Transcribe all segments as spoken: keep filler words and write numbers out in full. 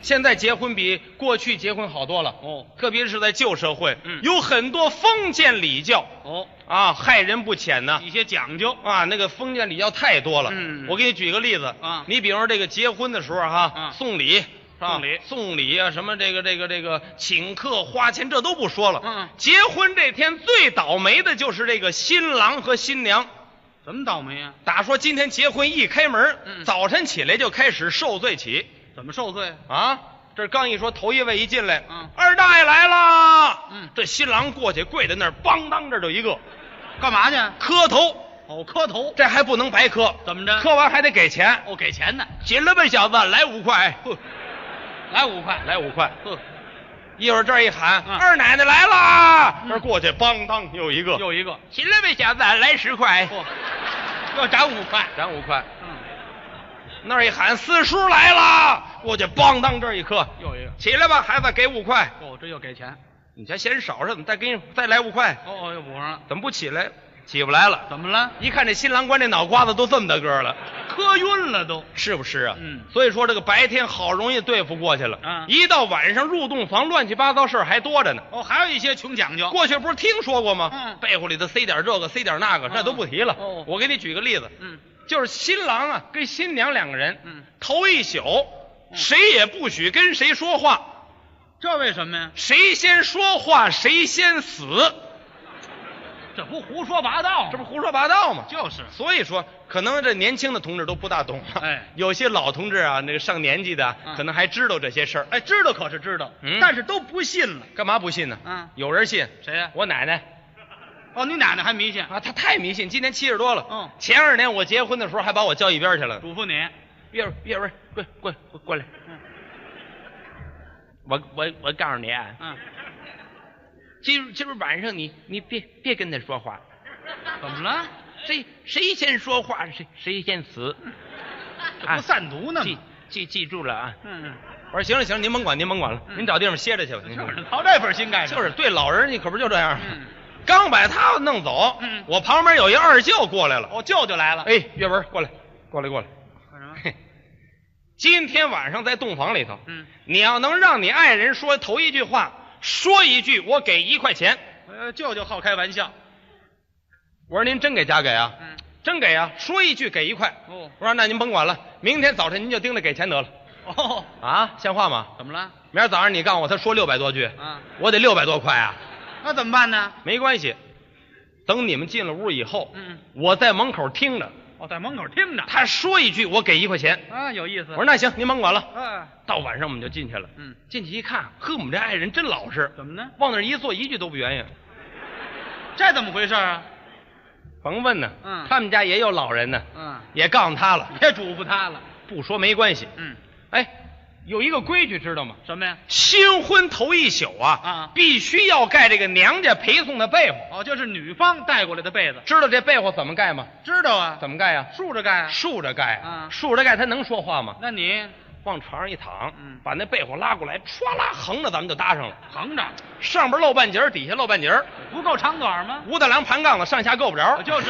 现在结婚比过去结婚好多了。 哦， 特别是在旧社会， 嗯， 有很多封建礼教。 哦， 啊，害人不浅呢。 一些讲究啊，那个封建礼教太多了。 嗯， 我给你举个例子啊， 你比如这个结婚的时候哈， 啊， 送礼。 送礼送礼啊，什么这个这个这个请客花钱，这都不说了。 嗯， 结婚这天最倒霉的就是这个新郎和新娘。 怎么倒霉啊？ 打说今天结婚一开门， 嗯， 早晨起来就开始受罪起。 怎么受罪啊？这刚一说头一位一进来， 嗯， 二大爷来了。 嗯， 这新郎过去跪在那儿，梆当这就一个， 干嘛去？ 磕头。 哦，磕头， 这还不能白磕， 怎么着？ 磕完还得给钱。 哦，给钱呢。 进来吧，小子，来五块。 来五块， 来五块。 呵， 一会儿这儿一喊， 嗯， 二奶奶来了，这、嗯、过去梆当又一个， 又一个。 进来吧，小子，来十块。 嚯，要涨五块， 涨五块。 嗯， 那儿一喊四叔来了，过去梆当这儿一磕， 又一个。 起来吧，孩子，给五块。 哦，这又给钱。 你这嫌少是怎么？再给你再来五块。 哦哦，又补上了。 怎么不起来？起不来了。 怎么了？ 一看这新郎官这脑瓜子都这么大个了， 磕晕了都， 是不是啊？ 嗯。 所以说这个白天好容易对付过去了， 啊， 一到晚上入洞房，乱七八糟事儿还多着呢。 哦，还有一些穷讲究。 过去不是听说过吗？ 嗯。 被窝里头塞点这个，塞点那个，这都不提了。 哦。 我给你举个例子， 嗯， 就是新郎啊跟新娘两个人， 嗯， 头一宿，嗯，谁也不许跟谁说话。 这为什么呀？ 谁先说话谁先死。 这不胡说八道， 这不胡说八道吗？ 就是。 所以说，可能这年轻的同志都不大懂。 哎， 有些老同志啊，那个上年纪的， 嗯， 可能还知道这些事儿。 哎，知道可是知道， 嗯， 但是都不信了。 干嘛不信呢？ 嗯， 有人信。 谁呀？ 我奶奶。 哦，你奶奶还迷信啊？她太迷信，今年七十多了。 嗯， 前二年我结婚的时候还把我叫一边去了， 嘱咐你， 月月文，过过过过来。嗯，我我我告诉你啊， 嗯， 今儿今儿晚上你你别别跟他说话。 怎么了？ 谁谁先说话谁谁先死。 这不散毒呢吗？ 记记记住了啊。 嗯嗯。 我说行了行了，您甭管您甭管了， 嗯， 您找地方歇着去吧。您就是操这份心干什么？ 就是对老人，你可不就这样。 嗯。 刚把他弄走， 嗯， 我旁边有一二舅过来了。 哦，舅舅来了。 哎，岳文过来，过来过来。 干什么？ 今天晚上在洞房里头， 嗯， 你要能让你爱人说头一句话，说一句我给一块钱。 呃，舅舅好开玩笑。 我说您真给假给啊？ 嗯， 真给啊，说一句给一块。 哦， 我说那您甭管了，明天早晨您就盯着给钱得了。 哦， 啊，像话吗？ 怎么了？ 明儿早上你告诉我他说六百多句， 啊， 我得六百多块啊。 那怎么办呢？ 没关系，等你们进了屋以后， 嗯， 我在门口听着。 哦，在门口听着， 他说一句我给一块钱啊，有意思。 我说那行，您甭管了。 啊， 到晚上我们就进去了。 嗯， 进去一看，呵，我们这爱人真老实。 怎么呢？ 往那儿一坐，一句都不原因。 这怎么回事啊？ 甭问呢， 嗯， 他们家也有老人呢， 嗯， 也告诉他了， 也嘱咐他了， 不说没关系。 嗯， 哎，有一个规矩知道吗？ 什么呀？ 新婚头一宿啊， 啊， 必须要盖这个娘家陪送的被窝。 哦，就是女方带过来的被子。 知道这被窝怎么盖吗？ 知道啊。 怎么盖呀？ 竖着盖啊。 竖着盖啊。 竖着盖，他能说话吗？ 那你往床上一躺， 嗯， 把那被窝拉过来，歘啦横着咱们就搭上了。 横着， 上边露半截，底下露半截， 不够长短吗？ 五大梁盘杠子上下够不着。 就是。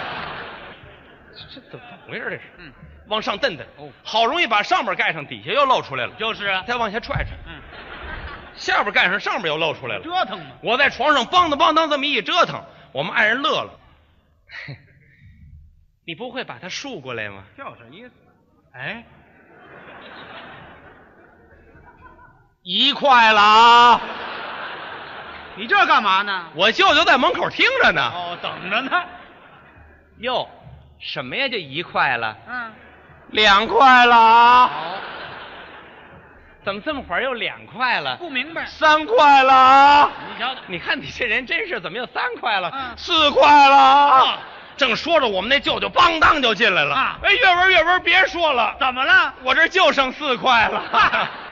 这怎么回事？这是。 嗯。 往上蹬蹬， 哦， 好容易把上边盖上，底下又露出来了。 就是啊。 再往下踹踹， 嗯， 下边盖上，上边又露出来了。 折腾嘛。 我在床上梆当梆当这么一折腾，我们爱人乐了。你不会把它竖过来吗？ 就是意思。哎， 一块了啊！ 你这干嘛呢？ 我舅舅在门口听着呢。 哦，等着呢。 哟，什么呀？就一块了？ 嗯， 两块了啊！ 好， 怎么这么会儿又两块了？ 不明白。 三块了啊！ 你瞧瞧， 你看你这人真是，怎么又三块了？ 嗯， 四块了啊！正说着，我们那舅舅梆当就进来了。 啊！ 哎，月文月文，别说了， 怎么了？ 我这就剩四块了。